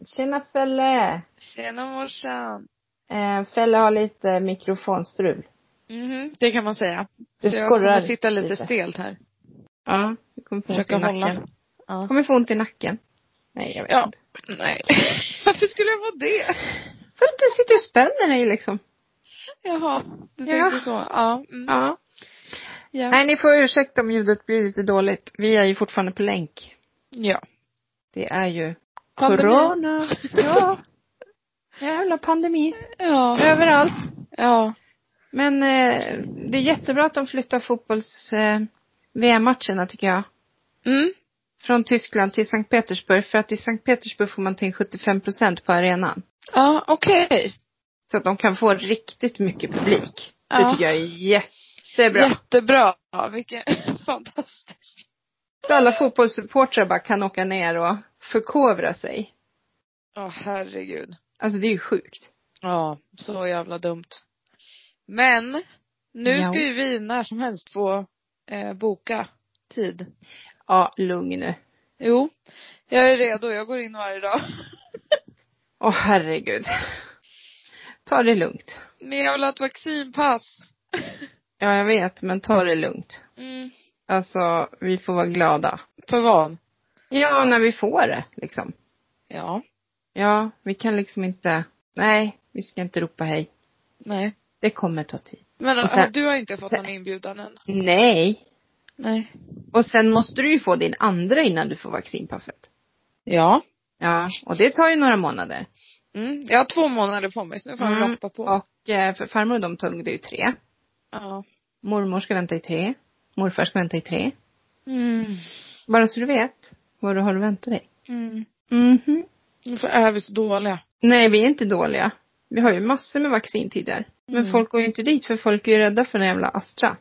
Tjena Felle. Tjena morsan. Felle har lite mikrofonstrul. Det kan man säga. Det så jag skorrar kommer sitta lite stelt här. Ja, det kommer få ont i nacken. Ja. Kommer få ont i nacken. Nej, jag vet inte. Nej. Varför skulle jag få det? För att du sitter och spänner dig liksom. Jaha, du tänkte så. Ja. Ja. Nej, ni får ursäkta om ljudet blir lite dåligt. Vi är ju fortfarande på länk. Ja. Det är ju corona. Ja. Jävla pandemi. Ja. Överallt. Ja. Men det är jättebra att de flyttar fotbolls VM-matcherna tycker jag. Från Tyskland till Sankt Petersburg. För att i Sankt Petersburg får man ta in 75% på arenan. Ja, okej. Så att de kan få riktigt mycket publik. Ja. Det tycker jag är jättebra. Jättebra. Ja, vilken fantastiskt. Så alla fotbollssupportrar bara kan åka ner och förkovra sig. Herregud. Alltså det är ju sjukt. Ja, så jävla dumt. Men nu ska ju vi när som helst få boka tid. Ja, lugn nu. Jo, jag är redo. Jag går in varje dag. Herregud. Ta det lugnt. Men jag vill ha ett vaccinpass. Ja, jag vet. Men ta det lugnt. Alltså, vi får vara glada. För vad? Ja, när vi får det, liksom. Ja. Ja, vi kan liksom inte. Nej, vi ska inte ropa hej. Nej. Det kommer ta tid. Men sen, du har inte fått någon inbjudan än? Nej. Nej. Och sen måste du ju få din andra innan du får vaccinpasset. Ja. Ja, och det tar ju några månader. Jag har 2 månader på mig, så nu får jag rappa på. Och för farmor och de tog det ju 3. Ja. Mormor ska vänta i 3. Morfar ska vänta i 3. Bara så du vet vad du har att vänta dig. Varför är vi så dåliga? Nej, vi är inte dåliga. Vi har ju massor med vaccintider. Men folk går ju inte dit för folk är ju rädda för den jävla Astra.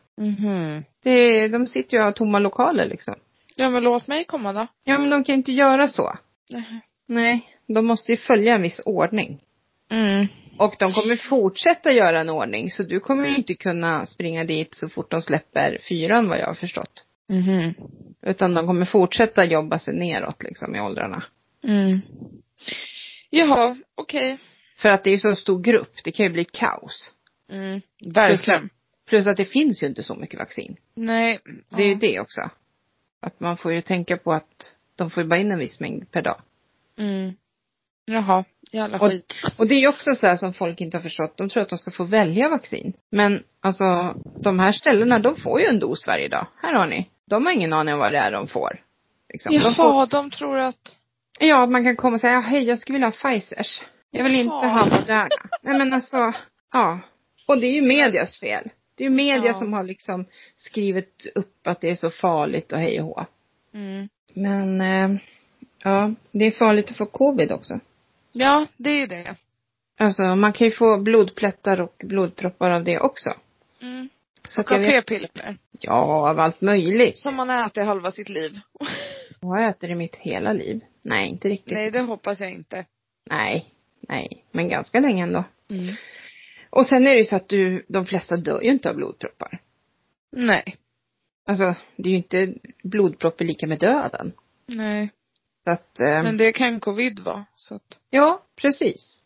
De sitter ju och har tomma lokaler liksom. Ja, men låt mig komma då. Ja, men de kan inte göra så. Nej, de måste ju följa en viss ordning. Och de kommer fortsätta göra en ordning. Så du kommer ju inte kunna springa dit så fort de släpper 4 vad jag har förstått. Utan de kommer fortsätta jobba sig neråt liksom i åldrarna. Jaha, okej. För att det är så stor grupp. Det kan ju bli kaos. Verkligen. Plus att det finns ju inte så mycket vaccin. Nej. Det är ju det också. Att man får ju tänka på att de får ju bara in en viss mängd per dag. Jaha, jävla skit. Och det är ju också så här som folk inte har förstått. De tror att de ska få välja vaccin. Men alltså, de här ställena, de får ju en dos varje dag. Här har ni. De har ingen aning om vad det är de får. Liksom. Jaha, de tror att... Ja, man kan komma och säga, hej, jag skulle vilja ha Pfizers. Jag vill inte ha Moderna. Nej, men alltså, ja. Och det är ju medias fel. Det är ju media som har liksom skrivit upp att det är så farligt och hej och hå. Men, ja, det är farligt att få covid också. Ja, det är ju det. Alltså, man kan ju få blodplättar och blodproppar av det också. Så och p-piller. Ja, av allt möjligt. Som man äter halva sitt liv. Jag har ätit det mitt hela liv. Nej, inte riktigt. Nej, det hoppas jag inte. Nej. Men ganska länge ändå. Och sen är det ju så att de flesta dör ju inte av blodproppar. Nej. Alltså, det är ju inte blodpropp är lika med döden. Nej. Så att, men det kan covid vara. Så att... Ja, precis.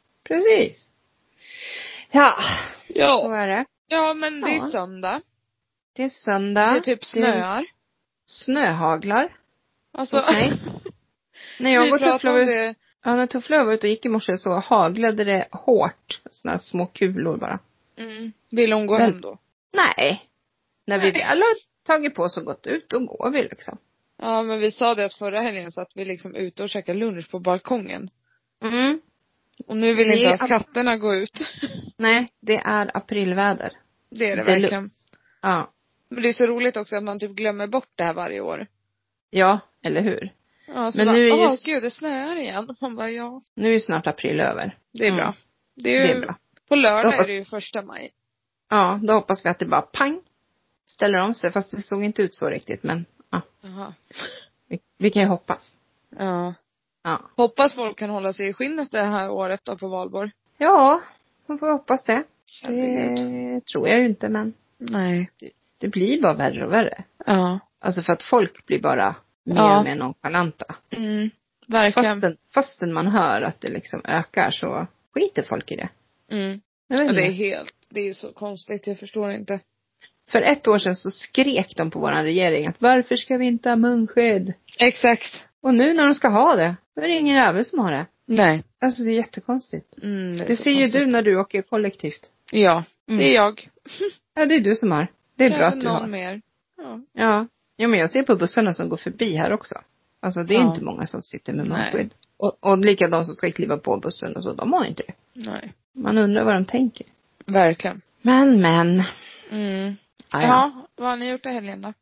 Ja. Så är det. Ja, men det är söndag. Det är söndag. Det är typ snöar. Snöhaglar. Alltså. Nej. När jag går det. Ja, när Tuffla var ute och gick i morse så haglade det hårt. Såna små kulor bara. Vill hon gå hem då? Nej. När vi väl har tagit på oss och gått ut, då går vi liksom. Ja, men vi sa det att förra helgen så att vi liksom ute och käkade lunch på balkongen. Och nu vill inte ens katterna gå ut. Nej, det är aprilväder. Det är det verkligen. Ja. Men det är så roligt också att man typ glömmer bort det här varje år. Ja, eller hur? Ja, så men bara, nu är gud, det snöar igen. Man bara, ja. Nu är ju snart april över. Det är bra. Det är bra. På lördag är det ju 1 maj. Ja, då hoppas vi att det bara pang ställer om sig. Fast det såg inte ut så riktigt, men ja. Vi kan ju hoppas. Ja. Hoppas folk kan hålla sig i skinnet det här året då på valborg. Ja, man får hoppas det. Det tror jag ju inte, men nej. Det blir bara värre och värre. Ja. Alltså för att folk blir bara mer och mer nonchalanta. Verkligen. Fastän man hör att det liksom ökar så skiter folk i det. Ja, det är så konstigt, jag förstår inte. För 1 år sedan så skrek de på våran regering att varför ska vi inte ha munskydd? Exakt. Och nu när de ska ha det, då är det ingen jävel som har det. Nej. Alltså det är jättekonstigt. Det ser konstigt. ju du när du åker kollektivt. Ja, det är jag. Ja, det är du som har. Det är bra att du någon har. Mer. Ja. Ja, men jag ser på bussarna som går förbi här också. Alltså det är inte många som sitter med munskydd. Och likadant som ska kliva på bussen och så, de har inte det. Nej. Man undrar vad de tänker. Verkligen. Men. Ja, vad har ni gjort i helgen då?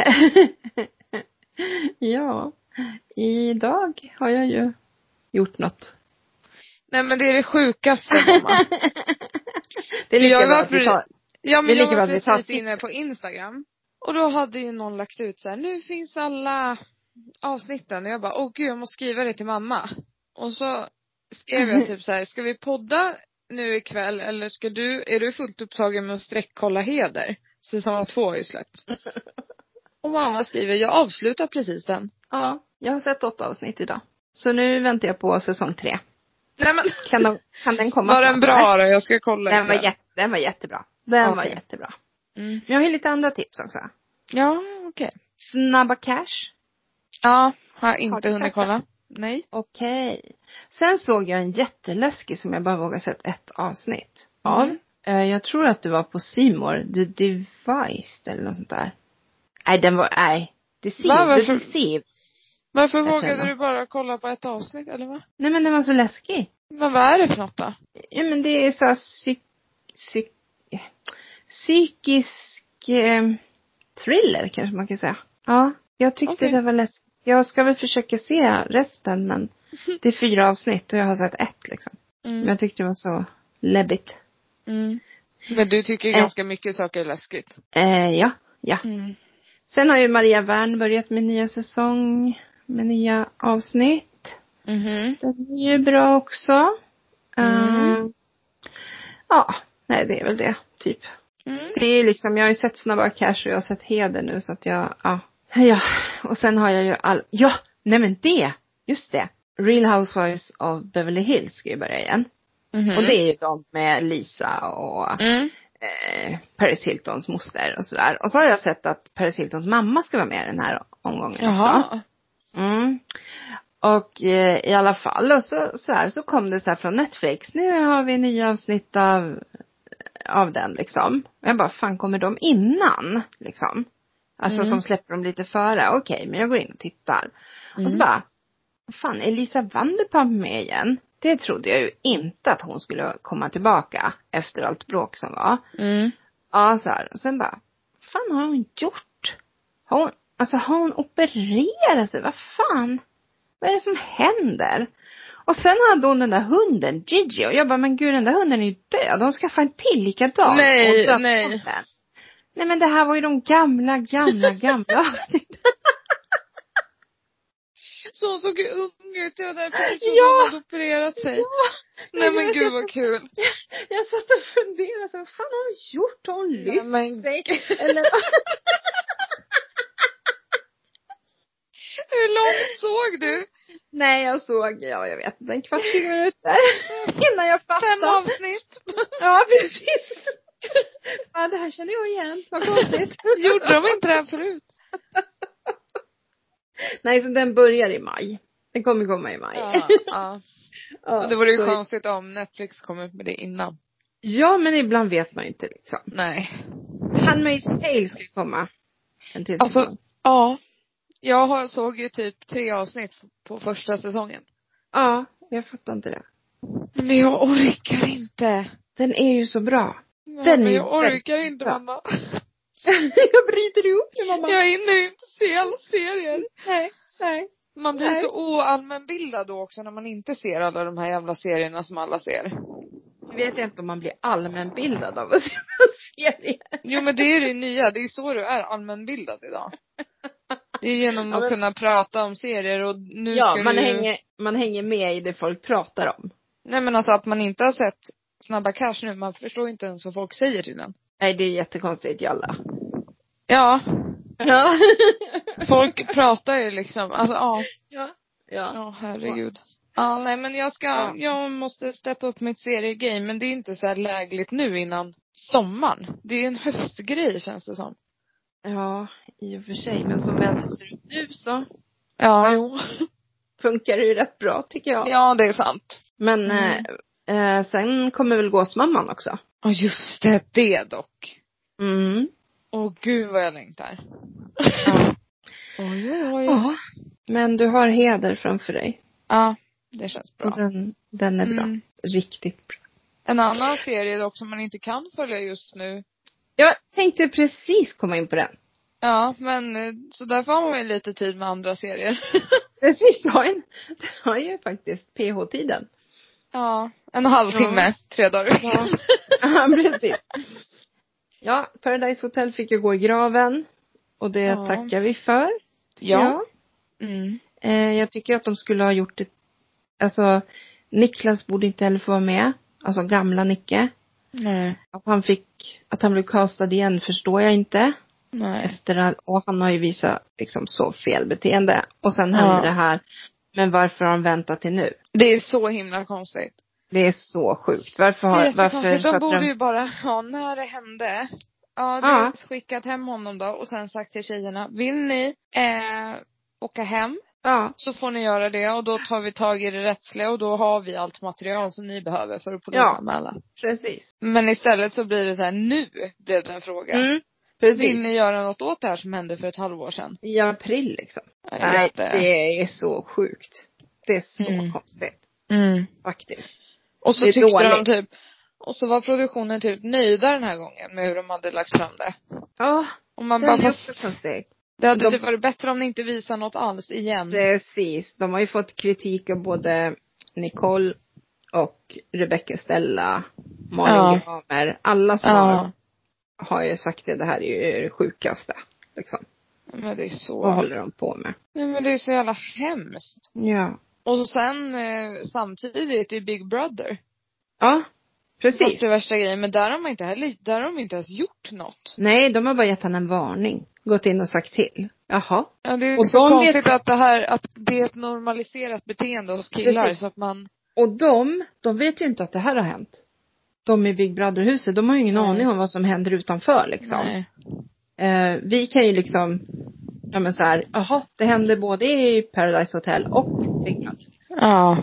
Ja, idag har jag ju gjort något. Nej, men det är det sjukaste, mamma. Det är lika bra att vi tar. Ja, men jag var precis inne på Instagram. Och då hade ju någon lagt ut så här: nu finns alla avsnitten. Och jag bara, gud, jag måste skriva det till mamma. Och så skrev jag typ så här: ska vi podda nu ikväll? Eller är du fullt upptagen med att sträckkolla Heder? Säsong 2 har ju släppts. Och mamma skriver, jag avslutar precis den. Ja, jag har sett 8 avsnitt idag. Så nu väntar jag på säsong 3. Nej, men kan den komma? Var den bra då? Jag ska kolla. Den var jättebra. Den var jättebra. Men jag har ju lite andra tips också. Ja, okej. Snabba Cash. Ja, har inte hunnit kolla. Nej. Okej. Sen såg jag en jätteläskig som jag bara vågar sett 1 avsnitt av. Jag tror att det var på C-More. The Device eller något sånt där. Nej, Deceive. Varför vågade du bara kolla på 1 avsnitt, eller vad? Nej, men den var så läskig. Men vad är det för något då? Ja, men det är så här psykisk thriller kanske man kan säga. Ja, jag tyckte det var läskigt. Jag ska väl försöka se resten, men det är 4 avsnitt och jag har sett 1 liksom. Men jag tyckte det var så läbbigt. Men du tycker ganska mycket saker är läskigt. Ja. Sen har ju Maria Wern börjat med nya säsong. Med nya avsnitt. Den är ju bra också. Ja, nej, det är väl det, typ. Det är liksom, jag har ju sett Snabba Cash och jag har sett Heder nu, så att ja. Och sen har jag ju just det. Real Housewives of Beverly Hills ska ju börja igen. Och det är ju de med Lisa och Paris Hiltons moster och sådär. Och så har jag sett att Paris Hiltons mamma ska vara med i den här omgången. Jaha. Också. Och i alla fall, och så kom det så här från Netflix. Nu har vi nya avsnitt av den liksom. Och jag bara, fan, kommer de innan liksom? Alltså att de släpper dem lite före. Okej, men jag går in och tittar. Och så bara, fan, Elisa Vanderpump med igen? Det trodde jag ju inte att hon skulle komma tillbaka efter allt bråk som var. Ja, så här. Och sen bara, fan har hon gjort? Har hon opererat sig? Vad fan? Vad är det som händer? Och sen hade hon den där hunden, Gigi. Och jag bara, men gud, den där hunden är ju död. Hon skaffade en till likadan. Nej. Nej, men det här var ju de gamla avsnitten. Så hon såg ju ung ut. Det var därför hon hade opererat sig. Ja. Nej, men gud vad kul. Jag satt och funderade. Vad fan har hon gjort? Har hon lyft sig? Eller... Hur långt såg du? Nej, jag vet inte, en kvart, 20 minuter. Innan jag fattade. 5 avsnitt. Ja, precis. Ja, det här känner jag igen. Vad konstigt. Gjorde de inte det här förut? Nej, så den börjar i maj. Den kommer komma i maj. Ja. Och det vore ju konstigt om Netflix kom ut med det innan. Ja, men ibland vet man ju inte liksom. Nej. Handmaid's Tale ska komma. Jag såg ju typ 3 avsnitt på första säsongen. Ja, jag fattar inte det. Men jag orkar inte. Den är ju så bra. Men jag orkar inte, mamma. Jag bryter ihop nu, mamma. Jag hinner ju inte se alla serier. Nej. Man blir så oallmänbildad då också när man inte ser alla de här jävla serierna som alla ser. Jag vet inte om man blir allmänbildad av att se serier. Jo, men det är det nya. Det är så du är allmänbildad idag. Det är genom att kunna prata om serier och nu ska man hänger med i det folk pratar om. Nej, men alltså att man inte har sett Snabba Cash nu, man förstår inte ens vad folk säger till den. Nej, det är jättekonstigt, Jalla. Ja. Folk pratar ju liksom, alltså Ja, herregud. Ja, nej men jag måste steppa upp mitt seriegame, men det är inte så här lägligt nu innan sommaren. Det är en höstgrej känns det som. Ja, i och för sig. Men som vädret ser ut nu så Jo. funkar det ju rätt bra tycker jag. Ja, det är sant. Men sen kommer väl gåsmamman också. Ja, just det dock. Mm. Åh gud vad jag längtar. Ja. Oj. Ja. Men du har heder framför dig. Ja, det känns bra. Och den är bra. Riktigt bra. En annan serie dock som man inte kan följa just nu. Jag tänkte precis komma in på den. Ja, men så därför har man ju lite tid med andra serier. Precis, det har ju faktiskt PH-tiden. Ja, en halvtimme, 3 dagar. Ja, precis. Ja, Paradise Hotel fick ju gå i graven. Och det tackar vi för. Ja. Jag tycker att de skulle ha gjort det. Alltså, Niklas borde inte heller få vara med. Alltså gamla Nicke. Nej. Att han blev castad igen förstår jag inte. Nej. Och han har ju visat liksom så fel beteende. Och sen händer det här. Men varför har han väntat till nu? Det är så himla konstigt. Det är så sjukt. Varför de borde ju bara, när det hände. Ja, det är skickat hem honom då. Och sen sagt till tjejerna, vill ni åka hem? Ja. Så får ni göra det. Och då tar vi tag i det rättsliga. Och då har vi allt material som ni behöver för att polisanmäla. Ja, precis. Men istället så blir det så här, nu blev det en fråga. Precis. Vill ni göra något åt det här som hände för ett halvår sedan? I april liksom. Nej, det är så sjukt. Det är så konstigt. Faktiskt. Och så tyckte de typ, och så var produktionen typ nöjda den här gången med hur de hade lagt fram det. Ja. Och man bara, det hade typ varit bättre om ni inte visar något alls igen. Precis. De har ju fått kritik av både Nicole och Rebecca Stella, Malin Gramer. Alla som har ju sagt det här är ju det sjukaste. Liksom. Men det är så. Vad håller de på med? Nej, men det är så jävla hemskt. Ja. Och sen samtidigt i Big Brother. Ja, precis. Det är värsta grejen. Men där har de inte ens gjort något. Nej, de har bara gett han en varning. Gått in och sagt till. Jaha. Ja, det är och så konstigt att det är ett normaliserat beteende hos killar. Precis. Så att man. Och de vet ju inte att det här har hänt. De i Big Brother-huset, de har ju ingen aning om vad som händer utanför liksom. Nej. Vi kan ju liksom, så här, det händer både i Paradise Hotel och Big Brother. Liksom. Ja.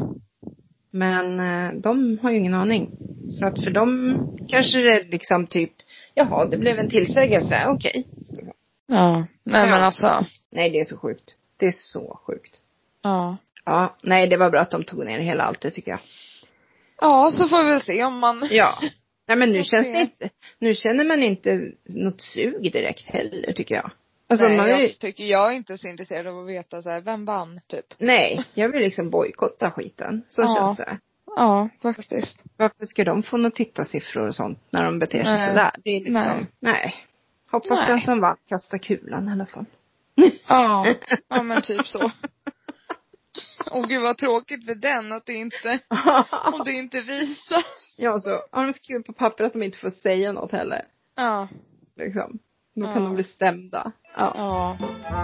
Men de har ju ingen aning. Så att för dem kanske det är liksom typ, det blev en tillsägelse, okej. Ja, nej men alltså. Nej, det är så sjukt. Det är så sjukt. Ja. Ja, nej det var bra att de tog ner hela allt, det tycker jag. Ja, så får vi väl se om man. Ja. Nej, men nu känner man inte något sug direkt heller, tycker jag. Alltså, nej, jag är inte så intresserad av att veta så här, vem vann typ. Nej, jag vill liksom bojkotta skiten. Så känns det. Ja, faktiskt. Varför ska de få några tittarsiffror och sånt när de beter sig sådär? Det är liksom, nej. Hoppas den som vann kastar kulan i alla fall. Ja, men typ så. Åh gud vad tråkigt för den att det inte, om det inte visas. Ja, så har de skrivit på papper att de inte får säga något heller. Ja. Liksom. Då kan de bli stämda. Ja.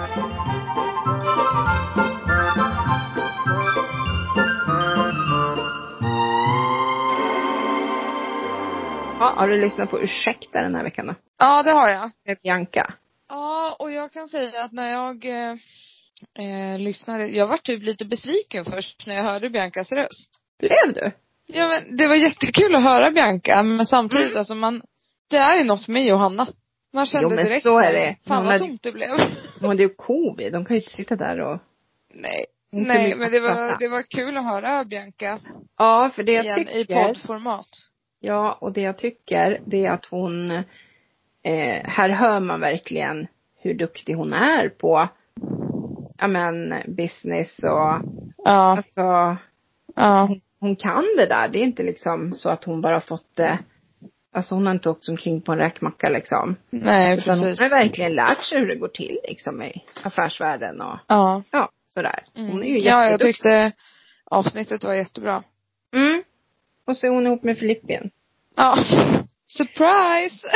Ja, har du lyssnat på Ursäkta den här veckan då? Ja, det har jag. Med Bianca. Ja, och jag kan säga att när jag lyssnade, jag var typ lite besviken först när jag hörde Biancas röst. Blev du? Ja, men det var jättekul att höra Bianca, men samtidigt alltså det är ju något med Johanna. Man kände direkt så är det. Fan vad tomt det blev. Men det är ju covid, de kan ju inte sitta där och. Nej, men det var kul att höra Bianca. Ja, för det jag tycker i poddformat. Ja, och det jag tycker det är att hon här hör man verkligen hur duktig hon är på business och alltså hon kan det där. Det är inte liksom så att hon bara fått det. Alltså hon har inte åkt omkring på en räkmacka liksom. Nej, utan precis. hon har verkligen lärt sig hur det går till liksom i affärsvärlden och sådär. Hon är ju jätteduktig. Ja, jag tyckte avsnittet var jättebra. Och så är hon ihop med Filippien. Ja. Surprise!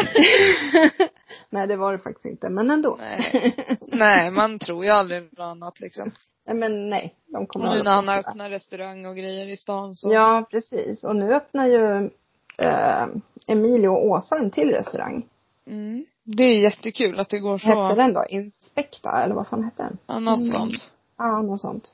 Nej, det var det faktiskt inte. Men ändå. Nej, man tror ju aldrig något annat liksom. Men nej, de kommer och nu hålla när på han sådär. öppnar restaurang och grejer i stan så. Ja, precis. Och nu öppnar ju Emilio och Åsa en till restaurang. Det är jättekul att det går så. Hette den då? Inspekta, eller vad fan hette den? Ja, något sånt. Ja, något sånt.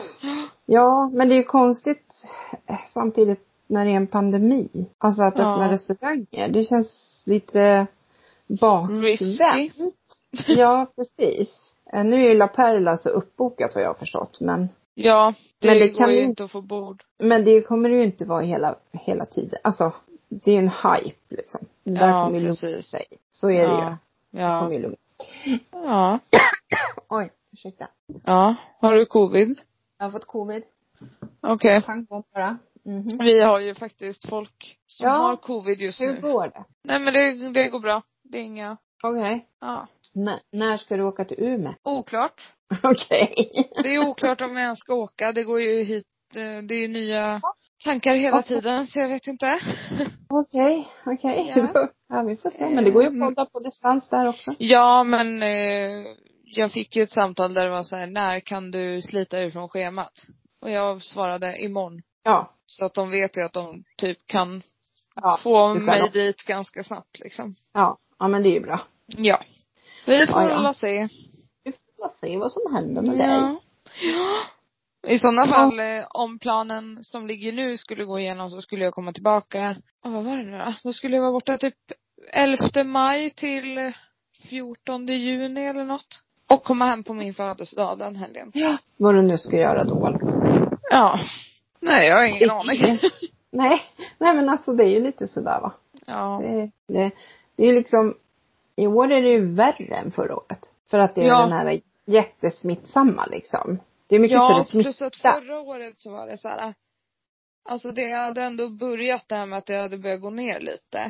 Ja, men det är ju konstigt samtidigt när det är en pandemi. Alltså att öppna restauranger. Det känns lite bakvänt. Ja, precis. Nu är ju La Perla så uppbokat vad jag har förstått. Men, ja, det går ju inte att få bord. Men det kommer ju inte vara hela tiden. Alltså, det är en hype liksom. Det där kommer ju lugna sig. Så är det ju. Ja. Kommer ju lugna. Ja. Oj, ursäkta. Ja, har du covid? Jag har fått covid. Okej. Bara. Vi har ju faktiskt folk som har covid just nu. Hur går det? Nej, men det går bra. Det är inga. Okej. Ja. När ska du åka till Umeå? Oklart. Okej. Det är oklart om jag ska åka. Det går ju hit. Det är ju nya tankar hela tiden. Så jag vet inte. Okej. Ja. Ja, vi får se. Men det går ju att podda på distans där också. Ja, men jag fick ju ett samtal där det var så här: när kan du slita dig från schemat? Och jag svarade imorgon. Ja. Så att de vet ju att de typ kan få mig dit ganska snabbt liksom. Ja, men det är ju bra. Ja. Vi får alla se. Vi får se vad som händer med dig. Ja. I sådana fall, om planen som ligger nu skulle gå igenom så skulle jag komma tillbaka. Vad var det nu då? Då skulle jag vara borta typ 11 maj till 14 juni eller något. Och komma hem på min födelsedag den helgen. Ja. Vad du nu ska göra då liksom. Ja. Nej, jag har ingen aning. Nej, men alltså det är ju lite sådär va. Ja. Det är ju liksom, i år är det ju värre än förra året. För att det är den här jättesmittsamma liksom. Det är mycket så det smittar. Plus att förra året så var det så här. Alltså det hade ändå börjat det här med att det hade börjat gå ner lite.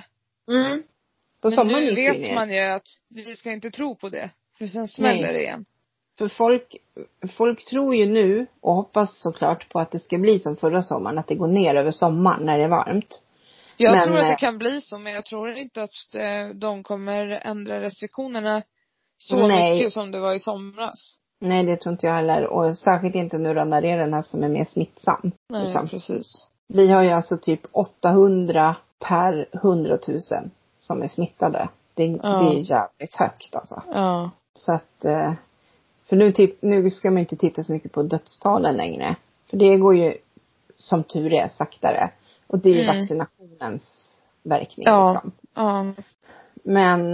På men nu vet man ju att vi ska inte tro på det. För sen smäller det igen. För folk tror ju nu och hoppas såklart på att det ska bli som förra sommaren. Att det går ner över sommaren när det är varmt. Jag tror att det kan bli så. Men jag tror inte att de kommer ändra restriktionerna så mycket som det var i somras. Nej, det tror inte jag heller. Och särskilt inte nu när det är den här som är mer smittsam. Nej, liksom. precis. Vi har ju alltså typ 800 per 100 000 som är smittade. Det är jävligt högt alltså. Ja. Så att, för nu ska man inte titta så mycket på dödstalen längre. För det går ju som tur är saktare. Och det är ju vaccinationens verkning liksom. Ja. Men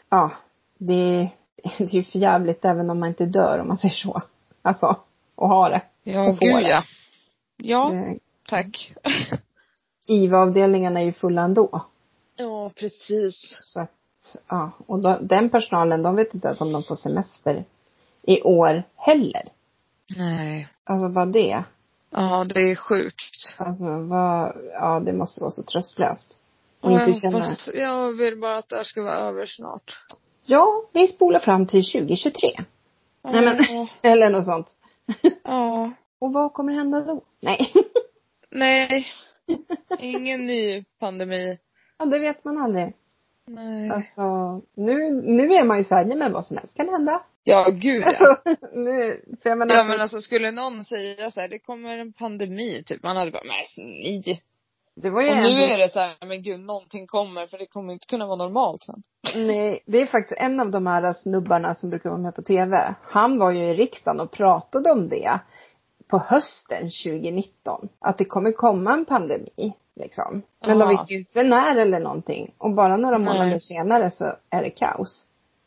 det är ju för jävligt även om man inte dör, om man säger så. Alltså, och ha det. Ja, gud ja. Ja, tack. IVA-avdelningarna är ju fulla ändå. Ja, precis. Så att, och den personalen, de vet inte ens om de får semester i år heller. Nej. Alltså vad det? Ja, det är sjukt. Alltså det måste vara så tröstlöst. Och jag vill bara att det här ska vara över snart. Ja, vi spolar fram till 2023. Nej men, eller något sånt. Ja. Och vad kommer hända då? Nej. Nej. Ingen ny pandemi. Ja, det vet man aldrig. Nej. Alltså, nu är man ju såhär, men vad som helst kan hända. Ja, gud ja. Alltså, för jag menar, men alltså skulle någon säga så här, det kommer en pandemi typ, man hade bara, nej. Det var ju och nu är det så här, men gud, någonting kommer, för det kommer inte kunna vara normalt sen. Nej, det är faktiskt en av de här snubbarna som brukar vara med på tv. Han var ju i riksdagen och pratade om det på hösten 2019. Att det kommer komma en pandemi, liksom. Men de visste ju inte när eller någonting. Och bara några månader senare så är det kaos.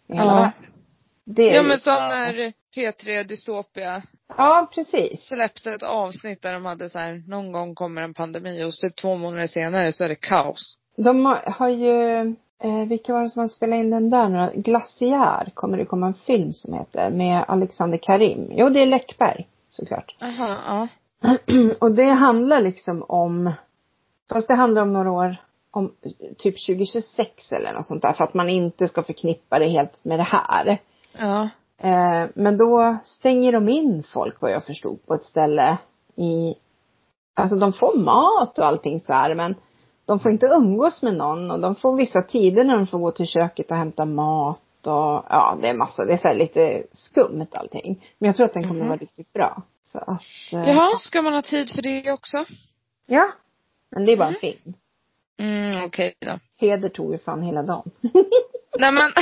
Men som när P3 Dystopia. Ja, precis. Släppte ett avsnitt där de hade så här, någon gång kommer en pandemi. Och typ 2 månader senare så är det kaos. De har ju, vilka var det som har spelat in den där? Glaciär kommer det komma en film som heter. Med Alexander Karim. Jo, det är Läckberg, såklart. Aha, ja. Och det handlar liksom om, fast det handlar om några år, om typ 2026 eller något sånt där. För att man inte ska förknippa det helt med det här. Ja. Men då stänger de in folk, vad jag förstod, på ett ställe alltså de får mat och allting så här, men de får inte umgås med någon. Och de får vissa tider när de får gå till köket och hämta mat och ja, det är massa. Det är så här lite skumt allting. Men jag tror att den kommer vara riktigt bra. Så att, Jaha, ska man ha tid för det också? Ja, men det är bara en film. Okej då. Heder tog ju fan hela dagen. Nej men.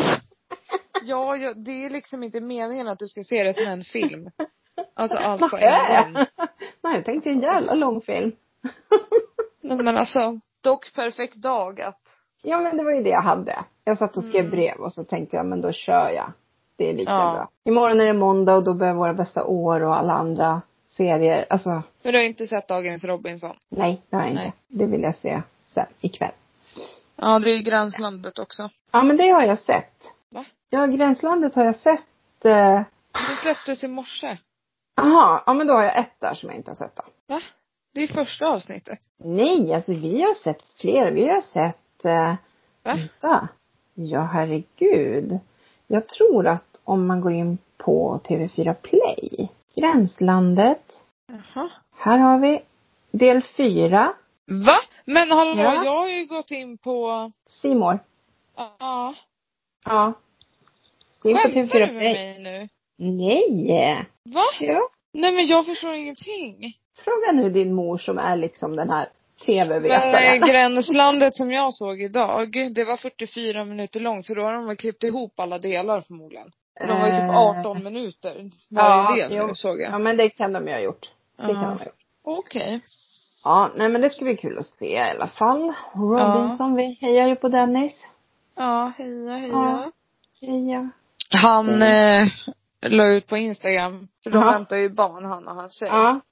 Ja, det är liksom inte meningen att du ska se det som en film. Alltså allt på en gång. Nej, jag tänkte en jävla lång film. Nej men alltså, dock perfekt dag att. Ja, men det var ju det jag hade. Jag satt och skrev brev och så tänkte jag, men då kör jag. Det är lika bra. Imorgon är det måndag och då börjar Våra bästa år och alla andra serier. Alltså. Men du har inte sett dagens Robinson? Nej, det har jag inte. Det vill jag se sen ikväll. Ja, det är ju Gränslandet också. Ja, men det har jag sett. Va? Ja, Gränslandet har jag sett. Det släpptes i morse. Jaha, ja men då har jag ett där som jag inte har sett då. Va? Det är första avsnittet. Nej, alltså vi har sett flera. Vi har sett. Va? Vänta. Ja, herregud. Jag tror att om man går in på TV4 Play. Gränslandet. Jaha. Här har vi del 4. Va? Men hallå, jag har ju gått in på. C More. Ja. Ja. Gå in på TV4 Skämtar du med Play. mig nu? Nej. Va? Ja. Nej men jag förstår ingenting. Fråga nu din mor som är liksom den här TV-vetaren. Men Gränslandet som jag såg idag, det var 44 minuter långt. Så då har de väl klippt ihop alla delar förmodligen. De var ju typ 18 minuter varje del nu, såg jag. Ja, men det kan de ju ha gjort. Det kan de ha gjort. Okej. Ja, nej men det ska bli kul att se i alla fall. Robinson, vi hejar ju på Dennis. Ja, heja. Ja. Heja. Han la ut på Instagram. För de väntar ju barn, han och hans tjej.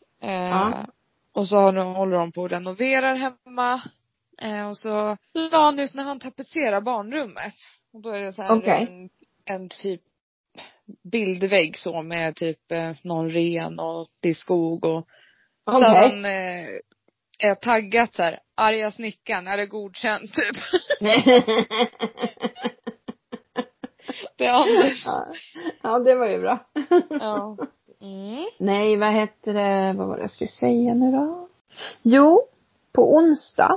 Och så håller de på att renoverar hemma. Och så la han ut när han tapetserar barnrummet. Och då är det så här en typ bildvägg så med typ någon ren och det är skog och så han är taggat så här, arga snickaren, är det godkänt typ. Det är Anders. Ja, det var ju bra. Ja. Nej, vad heter det? Vad var det jag skulle säga nu då? Jo, på onsdag.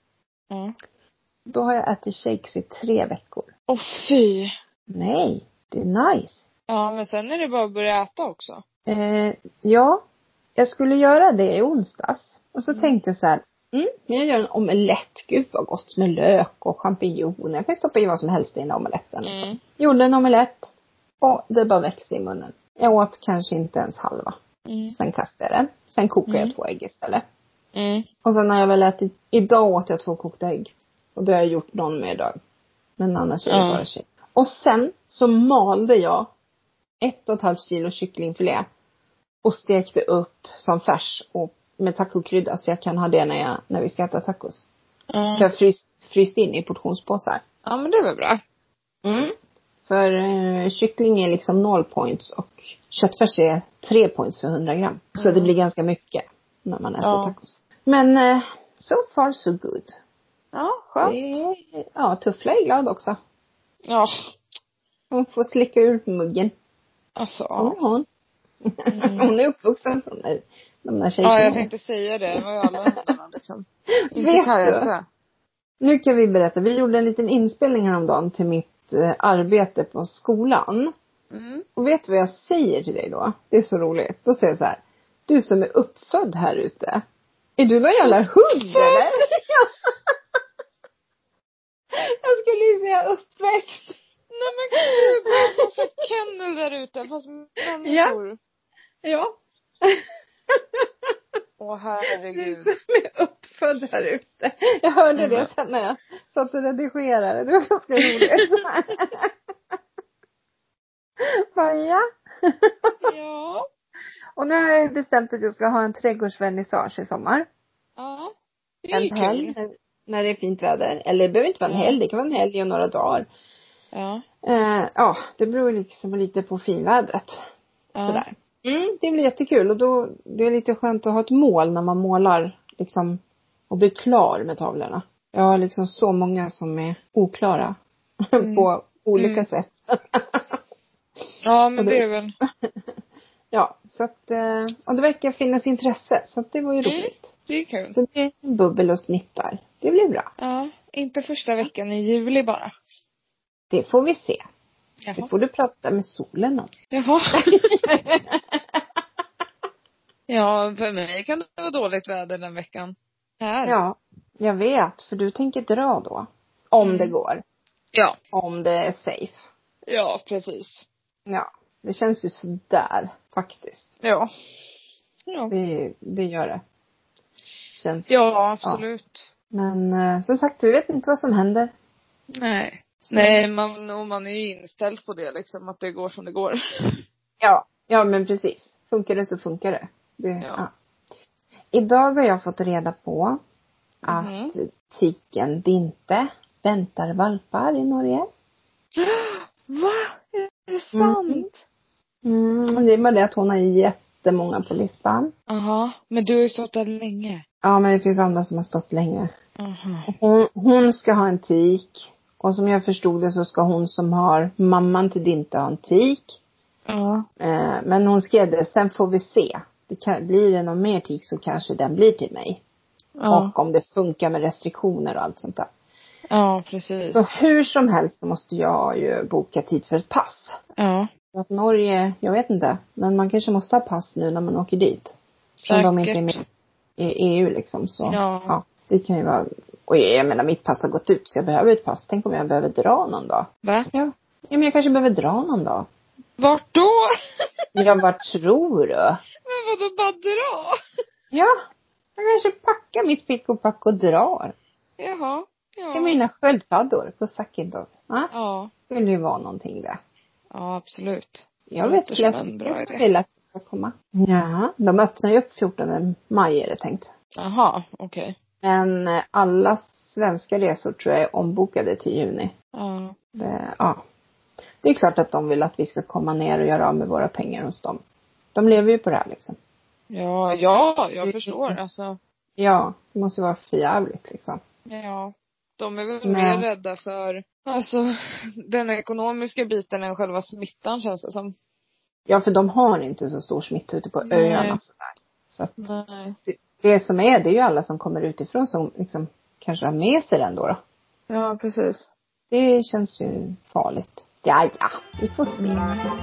Då har jag ätit shakes i 3 veckor. Åh fy. Nej, det är nice. Ja, men sen är det bara att börja äta också. Ja, jag skulle göra det i onsdags. Och så tänkte jag så här. Men jag gör en omelett. Gud vad gott med lök och champinjoner. Jag kan stoppa i vad som helst i den omeletten. Gjorde en omelett. Och det bara växte i munnen. Jag åt kanske inte ens halva. Sen kastade jag den. Sen kokade jag 2 ägg istället. Och sen när jag väl ätit. Idag åt jag 2 kokta ägg. Och det har jag gjort någon med idag. Men annars är det bara shit. Och sen så malde jag 1,5 kilo kycklingfilé. Och stekte upp som färs. Och med tacokrydda. Så jag kan ha det när vi ska äta tacos. Så jag fryst in i portionspåsar. Ja, men det var bra. För kyckling är liksom 0 points. Och köttfärs är 3 points för 100 gram. Så det blir ganska mycket när man äter tacos. Men so far so good. Ja, skönt. Ja, Tuffla är glad också. Ja. Hon får slicka ur muggen. Alltså. Hon. Hon är uppvuxen från de där tjejerna. Ja, jag tänkte säga det. Det var ju alla hundarna liksom. Inte Kajaska. Nu kan vi berätta. Vi gjorde en liten inspelning häromdagen till mitt arbete på skolan. Och vet du vad jag säger till dig då? Det är så roligt. Då säger jag så här. Du som är uppfödd här ute. Är du någon jävla hund eller? Jag skulle ju säga uppväxt. Nej men gud, det är en massa kennel där ute. Fast människor. Ja. Åh herregud. Du som är uppfödd här ute. Jag hörde det sen när jag satt och redigerade. Det var ganska roligt. Ja. Ja. Och nu har jag bestämt att jag ska ha en trädgårdsvernissage i sommar. Ja. Det är en helg. När det är fint väder. Eller det behöver inte vara en helg. Det kan vara en helg och några dagar. Ja. Ja, det beror liksom lite på finvädret. Sådär. Det blir jättekul. Och då det är lite skönt att ha ett mål när man målar liksom och blir klar med tavlorna. Jag har liksom så många som är oklara på olika sätt. Ja, men det är väl. Ja, så att och det verkar finnas intresse. Så att det var ju roligt. Det är kul. Så det är bubbel och snittar. Det blir bra. Ja, inte första veckan i juli bara. Det får vi se. Det får du prata med solen om. Jaha. Ja, för mig kan det vara dåligt väder den veckan. Här. Ja, jag vet. För du tänker dra då. Om det går. Ja. Om det är safe. Ja, precis. Ja, det känns ju sådär faktiskt. Ja. Det gör det. Känns. Ja, absolut. Ja. Men som sagt, vi vet inte vad som händer. Nej. Nej, man är ju inställd på det liksom. Att det går som det går. Ja, men precis. Funkar det så funkar det. Ja. Idag har jag fått reda på att tiken Dinte väntar valpar i Norge. Va? Är det sant? Det är bara det att hon har jättemånga på listan. Jaha, men du har ju stått där länge. Ja, men det finns andra som har stått länge. Hon ska ha en tik. Och som jag förstod det så ska hon som har mamman till Dinte ha en tik. Ja. Men hon skrev det, sen får vi se. Blir det någon mer tik så kanske den blir till mig. Ja. Och om det funkar med restriktioner och allt sånt där. Ja, precis. Så hur som helst måste jag ju boka tid för ett pass. Ja. Så att Norge, jag vet inte. Men man kanske måste ha pass nu när man åker dit. Säkert. Som de inte är med i EU liksom. Så ja, det kan ju vara. Och jag menar, mitt pass har gått ut så jag behöver ett pass. Tänk om jag behöver dra någon dag. Va? Ja, men jag kanske behöver dra någon dag. Vart då? Ja, vart tror du? Men vadå, bara dra? Ja, jag kanske packar mitt pick och pack och drar. Jaha, ja. Det är mina sköldpaddor på Sakidos. Ja. Det skulle ju vara någonting där. Ja, jag Jag vet inte, jag vill att det ska komma. Ja, de öppnar ju upp 14 maj är det tänkt. Jaha, okej. Men alla svenska resor tror jag är ombokade till juni. Ja. Det är klart att de vill att vi ska komma ner och göra av med våra pengar hos dem. De lever ju på det här liksom. Ja, jag förstår alltså. Ja, det måste ju vara för jävligt liksom. Ja, de är väl mer rädda för alltså den ekonomiska biten än själva smittan känns det som. Ja, för de har inte så stor smitta ute på öarna sådär. Så att det som är, det är ju alla som kommer utifrån som liksom kanske har med sig den då. Ja, precis. Det känns ju farligt. Ja, vi får se.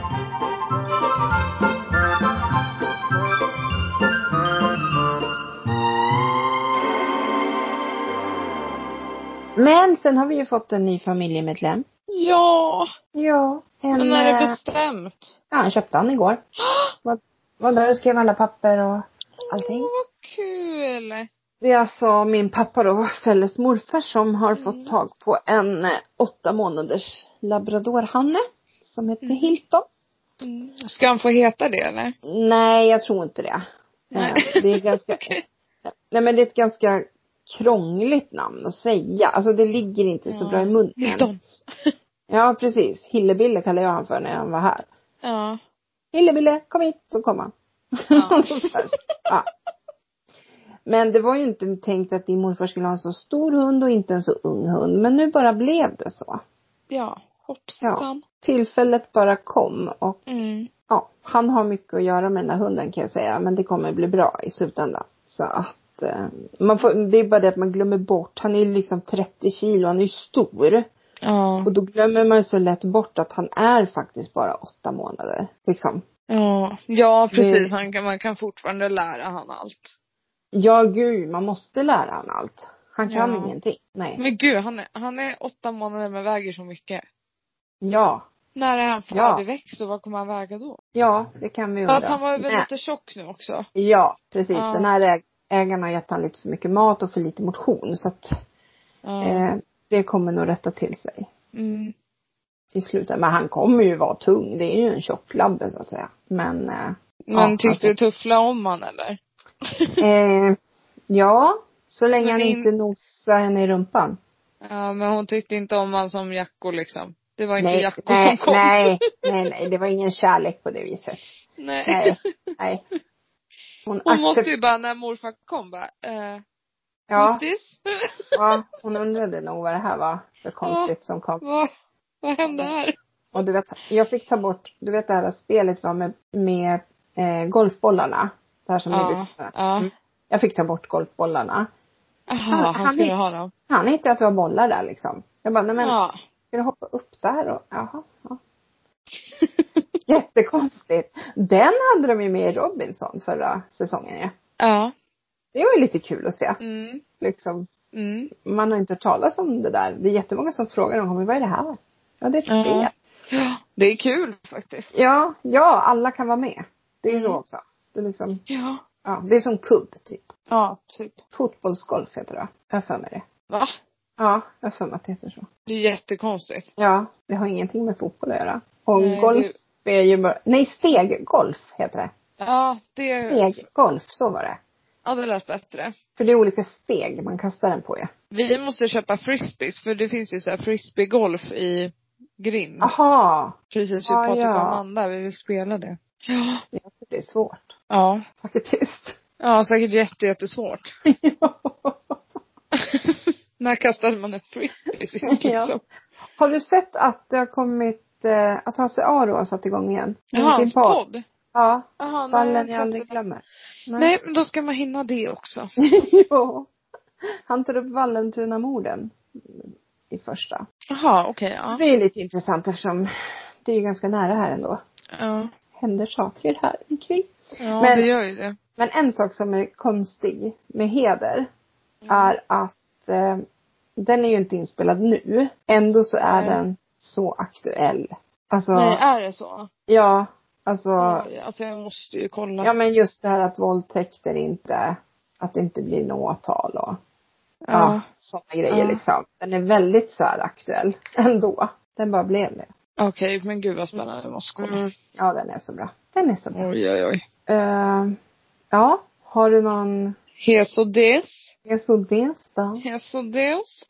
Men sen har vi ju fått en ny familjemedlem. Ja. Ja. Men när är det bestämt? Ja, han köpte han igår. Var där och skrev alla papper och allting. Vad kul. Det är alltså min pappa då, Fälles morfar, som har fått tag på en 8 månaders labradorhanne som heter Hilton. Ska han få heta det eller? Nej, jag tror inte det. Nej. Det är ganska Nej, men det är ett ganska krångligt namn att säga. Alltså det ligger inte så bra i munnen. Hilton. Ja, precis. Hillebille kallade jag han för när han var här. Ja. Hillebille, kom hit. Då kom han. Ja. Men det var ju inte tänkt att din morfar skulle ha en så stor hund och inte en så ung hund. Men nu bara blev det så. Ja, hoppsan. Ja. Tillfället bara kom. Och han har mycket att göra med den här hunden kan jag säga. Men det kommer bli bra i slutändan. Så att det är bara det att man glömmer bort. Han är liksom 30 kilo, han är ju stor. Ja. Och då glömmer man så lätt bort att han är faktiskt bara 8 månader. Liksom. Ja, precis. Man kan fortfarande lära han allt. Ja, gud, man måste lära han allt. Han kan ingenting. Nej. Men gud, han är 8 månader men väger så mycket. Ja. När är han färdigväxt och vad kommer han väga då? Ja, det kan vi undra. Fast han var väl lite tjock nu också. Ja, precis. Den här ägaren har gett han lite för mycket mat och för lite motion. Så att det kommer nog rätta till sig. I slutet. Men han kommer ju vara tung. Det är ju en tjock labbe så att säga. Men tyckte du tuffla om han eller? Ja. Så länge han inte nosar henne i rumpan. Ja, men hon tyckte inte om han som Jacko liksom. Det var inte Jacko som kom. Nej. Det var ingen kärlek på det viset. Nej. Hon måste ju bara när morfar kom bara. Ja. Ja, hon undrade nog vad det här var för konstigt som kom. Vad hände här? Och du vet, jag fick ta bort, du vet det här spelet var med golfbollarna. Det här som ni brukar. Jag fick ta bort golfbollarna. Han skulle ha dem. Han hittade att det var bollar där liksom. Jag bara, nej men, ska du hoppa upp där och, jaha. Jättekonstigt. Den hade de ju med i Robinson förra säsongen, ja. Ja. Det var ju lite kul att se. Mm. Liksom. Mm. Man har inte hört talas om det där. Det är jättemånga som frågar om vad är det här? Ja, det är ett spel. Ja, det är kul faktiskt. Ja, alla kan vara med. Det är ju så också. Det är liksom, ja, det är som kubb typ. Ja, typ. Fotbollsgolf heter det. Jag har för mig det. Va? Ja, jag har för mig att det heter så. Det är jättekonstigt. Ja, det har ingenting med fotboll att göra. Och Nej, golf är ju bara, nej, steggolf heter det. Ja, det... Steggolf, så var det. Ja, det lät bättre. För det är olika steg man kastar den på, ja. Vi måste köpa frisbees, för det finns ju så här frisbeegolf i Grind. Aha. Precis, ju Patrik och Amanda, vi vill spela det. Ja. Jag tror det är svårt. Ja. Faktiskt. Ja, säkert jättesvårt. När kastade man en frisbee sist liksom? Ja. Har du sett att det har kommit, att Hasse Aro har satt igång igen? Jaha, hans podd? Ja. Aha, Fallen jag aldrig glömmer. Nej, men då ska man hinna det också. Jo. Han tar upp Vallentuna-morden i första. Jaha, okej, ja. Det är lite intressant eftersom det är ju ganska nära här ändå. Ja. Händer saker här omkring. Ja, men, det gör ju det. Men en sak som är konstig med Heder är att den är ju inte inspelad nu. Ändå så är den så aktuell. Alltså, nej, är det så? Ja, alltså. Alltså jag måste ju kolla. Ja, men just det här att våldtäkter inte, att det inte blir något åtal och sådana grejer liksom. Den är väldigt så här aktuell ändå. Den bara blev det. Okej, men gud vad spännande, jag måste kolla. Ja, den är så bra. Den är så bra. Oj. Ja, har du någon... Hesodes då? Hesodes.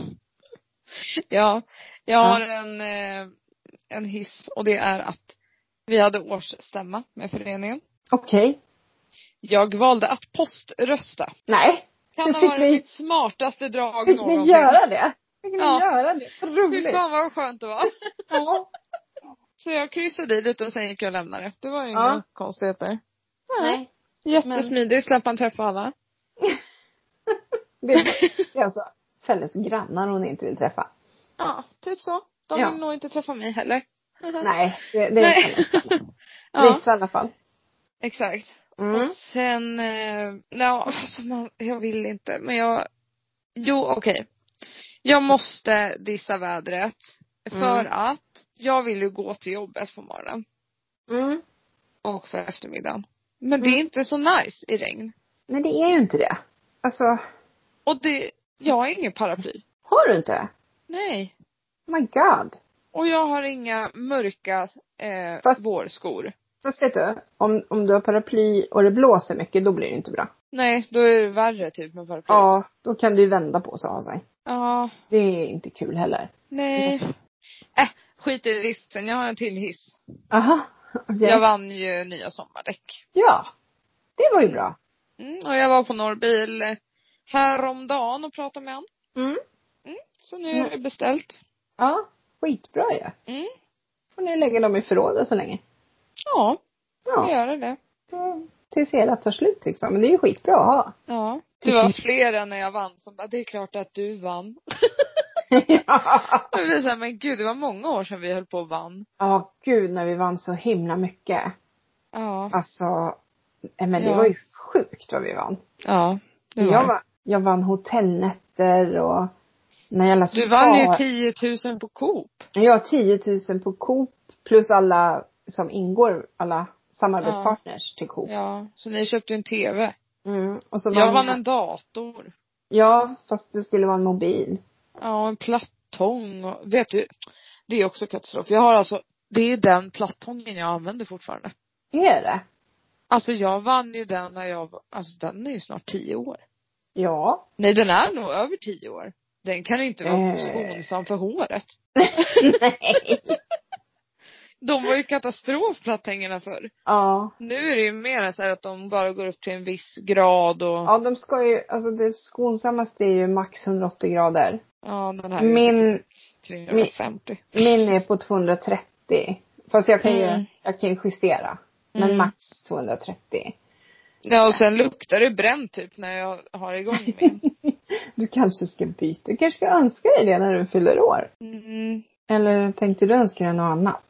Ja, jag har en hiss, och det är att vi hade årsstämma med föreningen. Okej. Jag valde att poströsta. Nej. Kan ha varit mitt smartaste drag någonsin. Fick ni göra det? Fick ni göra det? Vad roligt. Fy fan vad skönt det var. Ja. Så jag kryssade i lite och sen gick jag och lämnade. Det var ju inga konstigheter. Nej. Jättesmidigt, släpp man träffa alla. Det är alltså Fälles grannar hon inte vill träffa. Ja, typ så. De vill nog inte träffa mig heller. Nej, det är vissa i alla fall. Exakt. Och sen, alltså jag vill inte, men okej. Jag måste dissa vädret. För att jag vill ju gå till jobbet på morgonen. Och för eftermiddagen. Men det är inte så nice i regn. Nej, det är ju inte det. Alltså. Och jag har ingen paraply. Har du inte? Nej. Oh my god. Och jag har inga mörka vårskor. Fast vet du, om du har paraply och det blåser mycket, då blir det inte bra. Nej, då är det värre typ med paraply. Ja, då kan du ju vända på sig och ha sig. Ja. Det är inte kul heller. Nej. Skit i hissen, jag har en till hiss. Aha. Okay. Jag vann ju nya sommardäck. Ja, det var ju bra. Och jag var på Norrbil häromdagen och pratade med han. Så nu är det beställt. Ja, skitbra ju. Får ni lägga dem i förrådet så länge? Ja, jag gör det. Tills hela tar slut liksom. Men det är ju skitbra att ha. Ja, det var flera när jag vann som bara, det är klart att du vann. Jag blev så här, men gud, det var många år sedan vi höll på och vann. Ja, gud, när vi vann så himla mycket. Ja. Alltså, men det var ju sjukt vad vi vann. Ja, det var. Jag vann hotellnätter och när jag du vann ju 10 000 på Coop. Ja, 10 000 på Coop plus alla som ingår, alla samarbetspartners till Coop. Ja, så ni köpte en TV. Och så jag vann en dator. Ja, fast det skulle vara en mobil. Ja, en plattång. Och, vet du, det är också katastrof. Jag har alltså, det är den plattången jag använder fortfarande. Är det? Alltså jag vann ju den när alltså den är ju snart 10 år. Ja. Nej, den är nog över 10 år. Den kan inte vara skonsam för håret. Nej. De var ju katastrofplatthängerna förr. Ja. Nu är det ju mer så här att de bara går upp till en viss grad och... Ja, de ska ju, alltså det skonsammaste är ju max 180 grader. Ja, den här är 350. Min är på 230. Fast jag kan ju justera. Men max 230. Ja, och sen luktar det bränt typ när jag har igång min. Du kanske ska byta. Du kanske ska önska dig det när du fyller år. Eller tänkte du önska dig något annat?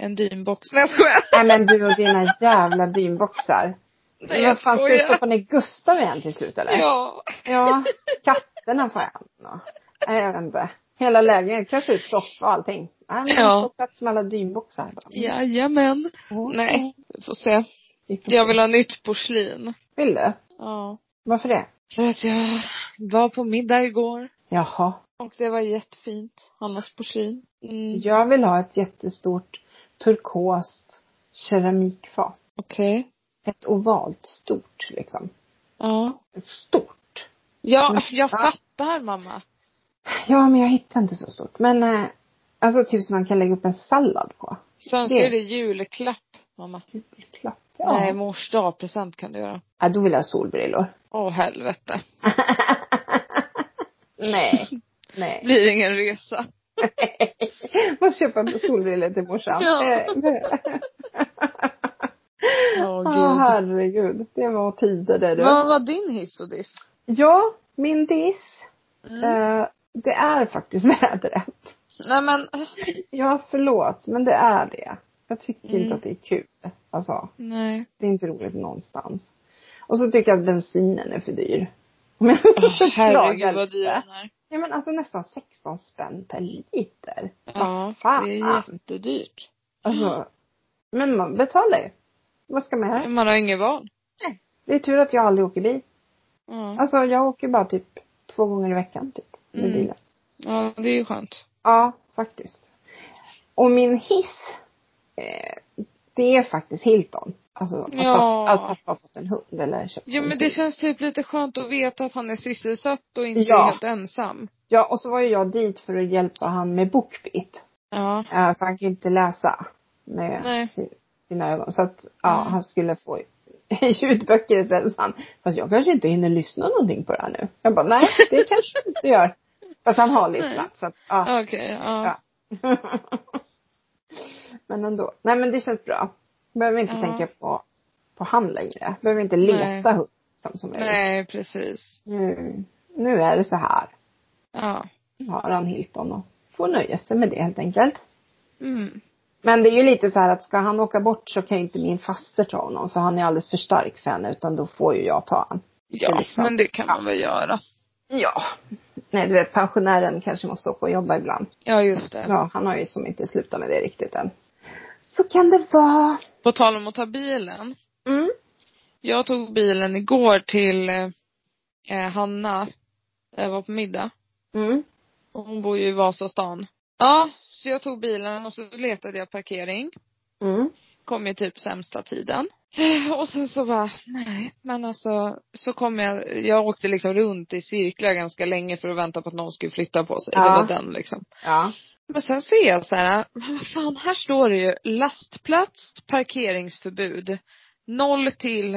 en dynbox. Nej, jag skojar. Nej men du och dina jävla dynboxar. Nej, vad fan, ska du stoppa ner Gustav igen till slut eller? Ja. Ja, katterna får jag. Nej, jag vet inte. Hela lägenheten, kanske ut soffa och allting. Nej, men Ja. får plats med alla dynboxar. Jajamän. Nej, vi får se. Jag vill ha nytt porslin. Vill du? Ja. Varför det? För att jag var på middag igår. Jaha. Och det var jättefint. Hannas porslin. Jag vill ha ett jättestort turkost keramikfat. Okej. Ett ovalt stort liksom. Ja. Ett stort. Ja, jag fattar mamma. Ja, men jag hittar inte så stort. Men alltså typ som man kan lägga upp en sallad på. Så önskar du julklapp, mamma? Julklapp? Ja. Nej, mors dagpresent kan du göra. Ja, då vill jag ha solbrillor. Åh, helvete. Nej. Nej. Blir ingen resa. Måste köpa solbrillor till morsan. Ja. Herregud. Det var tider där du. Vad var din hiss och diss? Ja, min diss. Det är faktiskt vädret. Nej men. Ja, förlåt. Men det är det. Jag tycker inte att det är kul. Alltså. Nej. Det är inte roligt någonstans. Och så tycker jag att bensinen är för dyr. Men herregud vad dyr den är. Ja men alltså nästan 16 spänn per liter. Ja, fan. Det är jättedyrt. Alltså. Men man betalar ju. Vad ska man göra? Man har ingen val. Nej. Det är tur att jag aldrig åker bil. Mm. Alltså jag åker bara typ 2 gånger i veckan typ. Med bilen. Ja, det är ju skönt. Ja, faktiskt. Och min hiss. Det är faktiskt Hilton. Alltså att pappa har fått en hund eller köpt. Ja men det känns typ lite skönt att veta att han är sysselsatt och inte är helt ensam. Ja, och så var ju jag dit för att hjälpa han med BookBeat. Ja. För han kan inte läsa med sina ögon. Så att han skulle få ljudböcker istället. Fast jag kanske inte hinner lyssna någonting på det här nu. Jag bara, nej det kanske inte gör. Fast han har lyssnat. Så att, Okej, ja. Men ändå. Nej men det känns bra. Behöver inte tänka på han längre. Behöver inte leta hund som jag Nej, precis. Nu är det så här. Ja. Nu har han Hilton och får nöja sig med det helt enkelt. Mm. Men det är ju lite så här att ska han åka bort så kan ju inte min faster ta honom. För han är alldeles för stark för henne. Utan då får ju jag ta han. Ja, liksom, men det kan man väl göra. Ja. Nej, du vet, pensionären kanske måste åka och jobba ibland. Ja, just det. Ja, han har ju som inte slutat med det riktigt än. Så kan det vara. På tal om att ta bilen. Mm. Jag tog bilen igår till Hanna. Jag var på middag. Mm. Och hon bor ju i Vasastan. Ja, så jag tog bilen och så letade jag parkering. Mm. Kom ju typ sämsta tiden. Och sen så bara, nej. Men alltså, så kom jag åkte liksom runt i cirklar ganska länge för att vänta på att någon skulle flytta på sig. Ja. Det var den liksom. Ja. Men sen ser jag så här, vad fan, här står det ju lastplats, parkeringsförbud. 0 till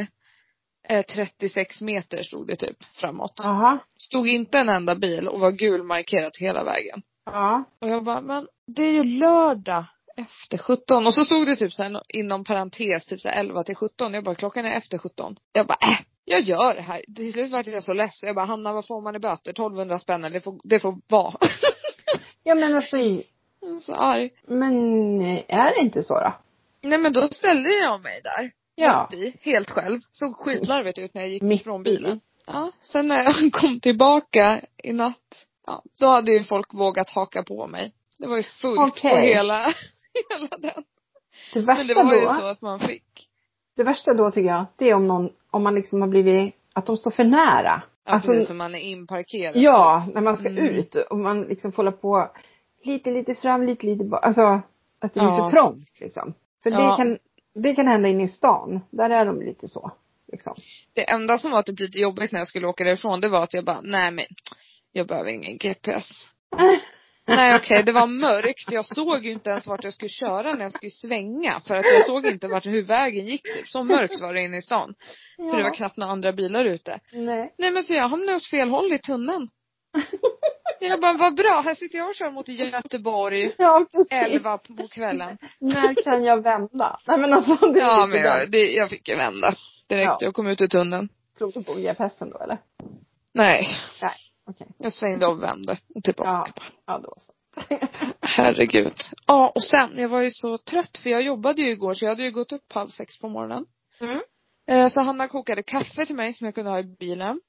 36 meter stod det typ framåt. Aha. Stod inte en enda bil och var gulmarkerat hela vägen. Ja. Och jag bara, men det är ju lördag efter 17. Och så stod det typ så här inom parentes typ så här 11 till 17. Jag bara, klockan är efter 17. Jag bara, jag gör det här. Till slut var jag så less. Jag bara, Hanna, vad får man i böter? 1200 spänn, det får vara. Ja men alltså. Så arg. Men är det inte så då? Nej men då ställde jag mig där. Ja. Helt själv. Såg skitlarvigt ut när jag gick mitt från bilen. Ja. Sen när jag kom tillbaka i natt. Ja, då hade ju folk vågat haka på mig. Det var ju fullt på hela den. Det värsta men det var ju då, så att man fick. Det värsta då tycker jag, det är om man liksom har blivit, att de står för nära. Ja, alltså, precis som man är inparkerad. Ja, när man ska ut och man liksom får hålla på lite fram, lite bak. Alltså, att det blir för trångt liksom. För det kan hända in i stan. Där är de lite så, liksom. Det enda som var typ lite jobbigt när jag skulle åka därifrån, det var att jag bara, nej men, jag behöver ingen GPS. Nej okej, det var mörkt. Jag såg ju inte ens vart jag skulle köra när jag skulle svänga. För att jag såg inte hur vägen gick typ. Så mörkt var det inne i stan. Ja. För det var knappt några andra bilar ute. Nej men så jag hamnade åt fel håll i tunneln. Jag bara, vad bra. Här sitter jag och kör mot Göteborg. Ja, 11 på kvällen. När kan jag vända? Nej men alltså. Det ja men jag fick ju vända. Direkt jag kom ut ur tunneln. Tror du på GPSen då eller? Nej. Okay. Jag svängde och vände. Och tillbaka. Ja då så. Herregud. Ja, och sen, jag var ju så trött för jag jobbade ju igår så jag hade ju gått upp 5:30 på morgonen. Så Hanna kokade kaffe till mig som jag kunde ha i bilen.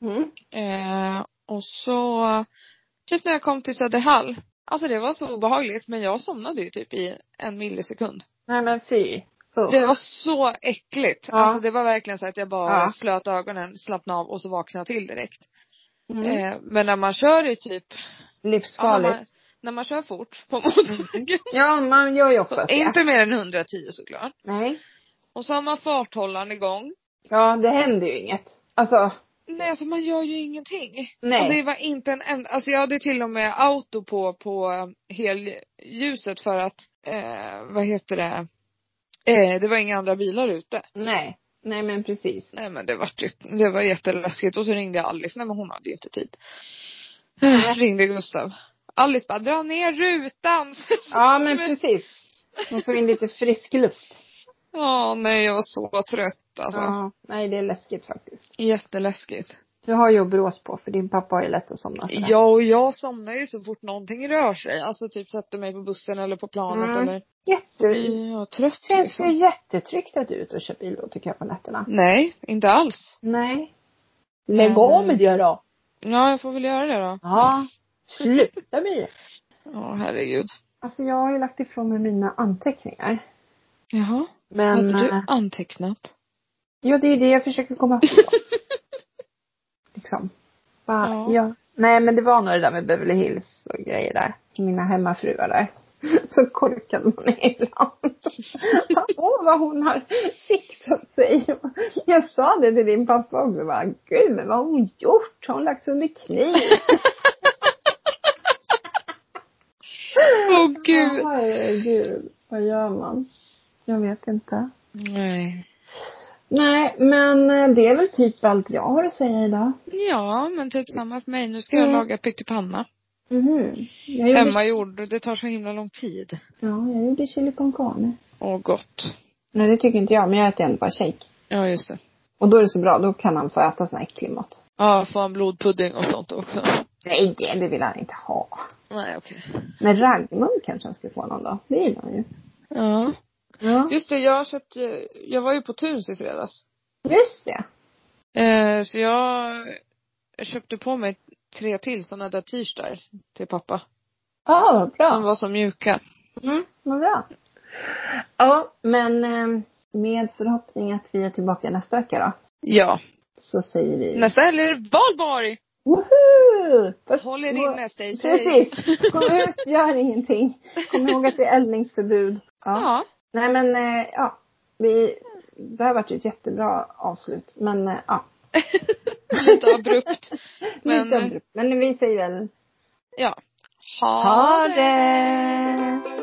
Och så typ när jag kom till Söderhall. Alltså det var så obehagligt men jag somnade ju typ i 1 millisekund. Nej men fy. Det var så äckligt. Ja. Alltså det var verkligen så att jag bara slöt ögonen, slappnade av och så vaknade till direkt. Men när man kör i typ livsfarligt. När man kör fort på motorvägen. Ja, man gör ju också. Inte mer än 110 såklart. Nej. Och så har man farthållaren igång. Ja, det händer ju inget. Alltså. Nej, alltså man gör ju ingenting. Nej. Och det var inte alltså jag hade till och med auto på helljuset för att, vad heter det? Det var inga andra bilar ute. Nej men precis. Nej men det var jätteläskigt. Och så ringde jag Alice. Nej men hon hade ju inte tid. Ringde Gustav. Alice bara, dra ner rutan. Ja men precis. Man får in lite frisk luft. Ja, nej jag var så trött alltså. Ja, nej det är läskigt faktiskt. Jätteläskigt. Du har ju brås på för din pappa har ju lätt att somna sådär. Ja, och jag somnar ju så fort någonting rör sig. Alltså typ sätter mig på bussen eller på planet eller. Ja, trött känns liksom. det jättetryggt att du är ute och kör bil då tycker jag på nätterna? Nej, inte alls. Nej. Lägg av med det då. Ja, jag får väl göra det då. Ja, sluta med det. Ja, herregud. Alltså jag har ju lagt ifrån mig mina anteckningar. Jaha. Men hade du antecknat? Ja, det är det jag försöker komma på. Liksom. Ja. Nej, men det var nog det där med Beverly Hills och grejer där. Mina hemmafruar där. Så korkade man ibland. Vad hon har fixat sig. Jag sa det till din pappa också. Gud, men vad har hon gjort? Har hon lagt sig under kniv? Åh gud. Herregud. Vad gör man? Jag vet inte. Nej, men det är väl typ allt jag har att säga idag. Ja, men typ samma för mig. Nu ska jag laga pyttipanna. Hemmagjord. Det tar så himla lång tid. Ja, jag gjorde chili con carne. Åh, gott. Nej, det tycker inte jag. Men jag äter ändå bara shake. Ja, just det. Och då är det så bra. Då kan han få äta sån äcklig mat. Ja, få en blodpudding och sånt också. Nej, det vill han inte ha. Nej, okej. Men raggmunk kanske han skulle få någon dag. Det gillar han ju. Ja. Just det, jag var ju på Tuns i fredags. Just det. Så jag köpte på mig 3 till sådana där t-shirts till pappa. Ja, bra. Som var så mjuka. Vad bra. Ja, men med förhoppning att vi är tillbaka nästa vecka då. Ja. Så säger vi. Nästa helg är det valborg. Woho! Håll er inne, Stacy. Precis. Kom ut, gör ingenting. Kom ihåg att det är eldningsförbud. Ja. Nej men, det har varit ett jättebra avslut. Men, ja. Lite abrupt. Lite abrupt. Men vi säger väl. Ja. Ha det!